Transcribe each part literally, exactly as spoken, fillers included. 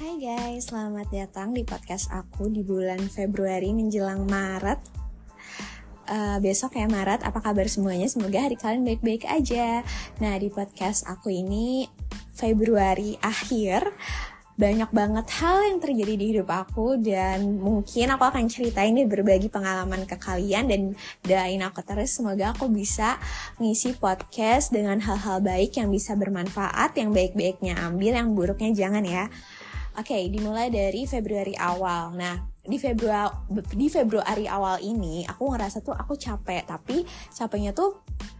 Hai guys, selamat datang di podcast aku di bulan Februari menjelang Maret. uh, Besok ya Maret, apa kabar semuanya? Semoga hari kalian baik-baik aja. Nah, di podcast aku ini Februari akhir, banyak banget hal yang terjadi di hidup aku. Dan mungkin aku akan ceritain nih, berbagi pengalaman ke kalian. Dan doain aku terus, semoga aku bisa ngisi podcast dengan hal-hal baik yang bisa bermanfaat. Yang baik-baiknya ambil, yang buruknya jangan ya. Oke, okay, dimulai dari Februari awal. Nah, di Februari di Februari awal ini aku ngerasa tuh aku capek, tapi capeknya tuh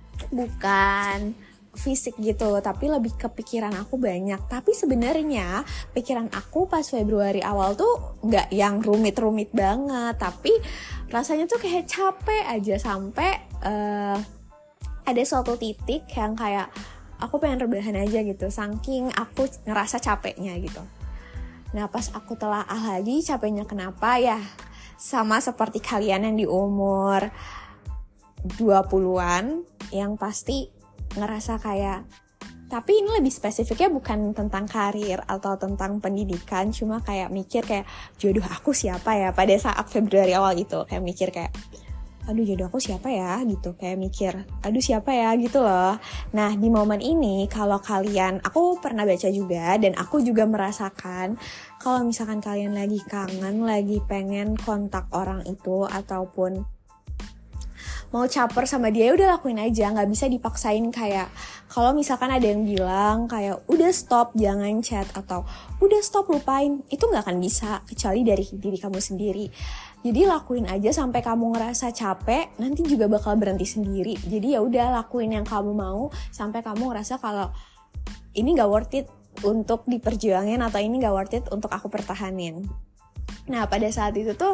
bukan fisik gitu, tapi lebih ke pikiran aku banyak. Tapi sebenarnya pikiran aku pas Februari awal tuh nggak yang rumit-rumit banget, tapi rasanya tuh kayak capek aja sampai uh, ada suatu titik yang kayak aku pengen rebahan aja gitu, saking aku ngerasa capeknya gitu. Nah, pas aku telah ah lagi capeknya kenapa ya? Sama seperti kalian yang di umur dua puluhan yang pasti ngerasa kayak, tapi ini lebih spesifiknya bukan tentang karir atau tentang pendidikan, cuma kayak mikir kayak jodoh aku siapa ya pada saat Februari awal itu. Kayak mikir kayak, aduh jodoh aku siapa ya gitu, kayak mikir aduh siapa ya gitu loh. Nah, di momen ini kalau kalian, aku pernah baca juga dan aku juga merasakan kalau misalkan kalian lagi kangen, lagi pengen kontak orang itu ataupun mau caper sama dia, udah lakuin aja, nggak bisa dipaksain. Kayak kalau misalkan ada yang bilang kayak udah stop jangan chat atau udah stop lupain, itu nggak akan bisa kecuali dari diri kamu sendiri. Jadi lakuin aja sampai kamu ngerasa capek, nanti juga bakal berhenti sendiri. Jadi ya udah lakuin yang kamu mau sampai kamu ngerasa kalau ini nggak worth it untuk diperjuangin atau ini nggak worth it untuk aku pertahanin. Nah, pada saat itu tuh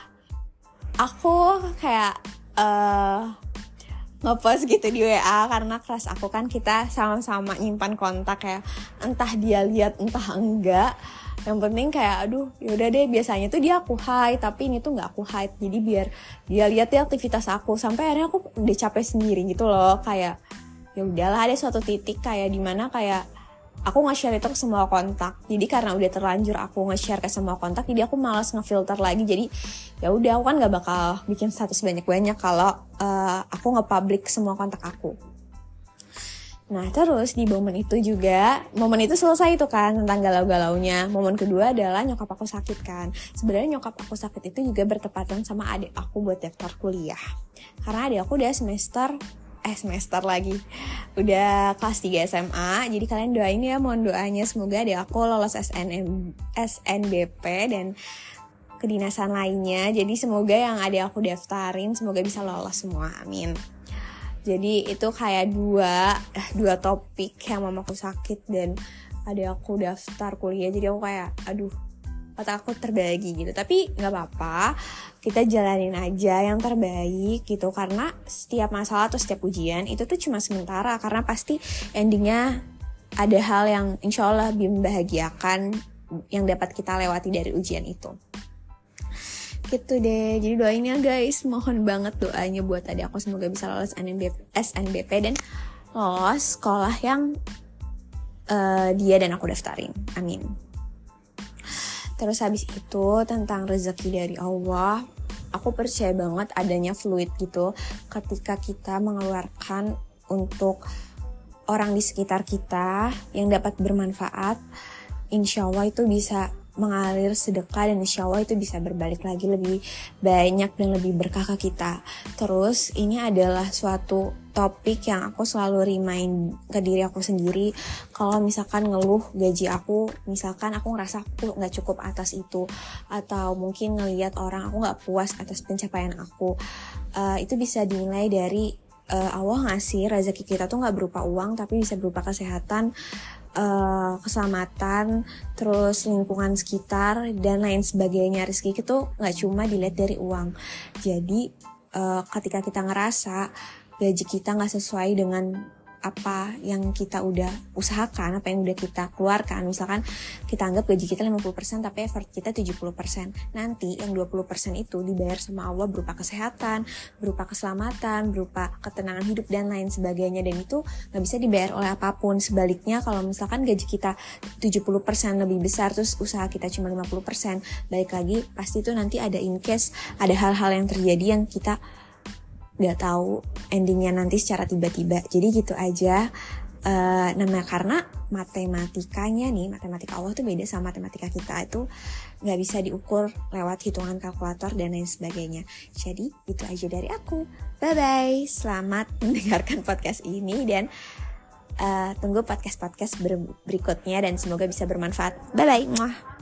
aku kayak uh, ngepost gitu di W A, karena kelas aku kan kita sama-sama nyimpan kontak ya, entah dia lihat entah enggak. Yang penting kayak aduh yaudah deh, biasanya tuh dia aku hide, tapi ini tuh nggak aku hide, jadi biar dia lihat ya aktivitas aku. Sampai akhirnya aku udah capek sendiri gitu loh, kayak ya udahlah, ada suatu titik kayak dimana kayak aku nge-share itu ke semua kontak. Jadi karena udah terlanjur aku nge-share ke semua kontak, jadi aku malas nge-filter lagi. Jadi ya udah, aku kan nggak bakal bikin status banyak-banyak kalau uh, aku nge-public semua kontak aku. Nah, terus di momen itu juga, momen itu selesai itu kan tentang galau-galaunya. Momen kedua adalah nyokap aku sakit kan. Sebenarnya nyokap aku sakit itu juga bertepatan sama adik aku buat daftar kuliah. Karena adik aku udah semester, eh semester lagi, udah kelas tiga S M A. Jadi kalian doain ya, mohon doanya semoga adik aku lolos S N M, S N B P dan kedinasan lainnya. Jadi semoga yang adik aku daftarin semoga bisa lolos semua, amin. Jadi itu kayak dua dua topik yang mamaku sakit dan ada aku daftar kuliah. Jadi aku kayak aduh, otak aku terbagi gitu. Tapi gak apa-apa, kita jalanin aja yang terbaik gitu. Karena setiap masalah atau setiap ujian itu tuh cuma sementara. Karena pasti endingnya ada hal yang insya Allah membahagiakan yang dapat kita lewati dari ujian itu. Gitu deh, jadi doain ya guys, mohon banget doanya buat adik aku semoga bisa lolos S N B P dan lolos sekolah yang uh, dia dan aku daftarin, amin. Terus habis itu tentang rezeki dari Allah, aku percaya banget adanya fluid gitu ketika kita mengeluarkan untuk orang di sekitar kita yang dapat bermanfaat. Insya Allah itu bisa mengalir sedekah dan insya Allah itu bisa berbalik lagi lebih banyak dan lebih berkah ke kita. Terus ini adalah suatu topik yang aku selalu remind ke diri aku sendiri. Kalau misalkan ngeluh gaji aku, misalkan aku ngerasa aku gak cukup atas itu, atau mungkin ngelihat orang aku gak puas atas pencapaian aku, uh, itu bisa dinilai dari uh, Allah ngasih rezeki kita tuh gak berupa uang, tapi bisa berupa kesehatan, Uh, keselamatan, terus lingkungan sekitar dan lain sebagainya. Rezeki itu nggak cuma dilihat dari uang. Jadi uh, ketika kita ngerasa gaji kita nggak sesuai dengan apa yang kita udah usahakan, apa yang udah kita keluarkan. Misalkan kita anggap gaji kita lima puluh persen tapi effort kita tujuh puluh persen. Nanti yang dua puluh persen itu dibayar sama Allah berupa kesehatan, berupa keselamatan, berupa ketenangan hidup dan lain sebagainya. Dan itu gak bisa dibayar oleh apapun. Sebaliknya kalau misalkan gaji kita tujuh puluh persen lebih besar terus usaha kita cuma lima puluh persen, balik lagi pasti itu nanti ada in case, ada hal-hal yang terjadi yang kita gak tahu endingnya nanti secara tiba-tiba. Jadi gitu aja. Uh, nah karena matematikanya nih, matematika Allah tuh beda sama matematika kita, itu gak bisa diukur lewat hitungan kalkulator dan lain sebagainya. Jadi itu aja dari aku. Bye bye, selamat mendengarkan podcast ini dan uh, tunggu podcast-podcast ber- berikutnya dan semoga bisa bermanfaat. Bye bye. Muah.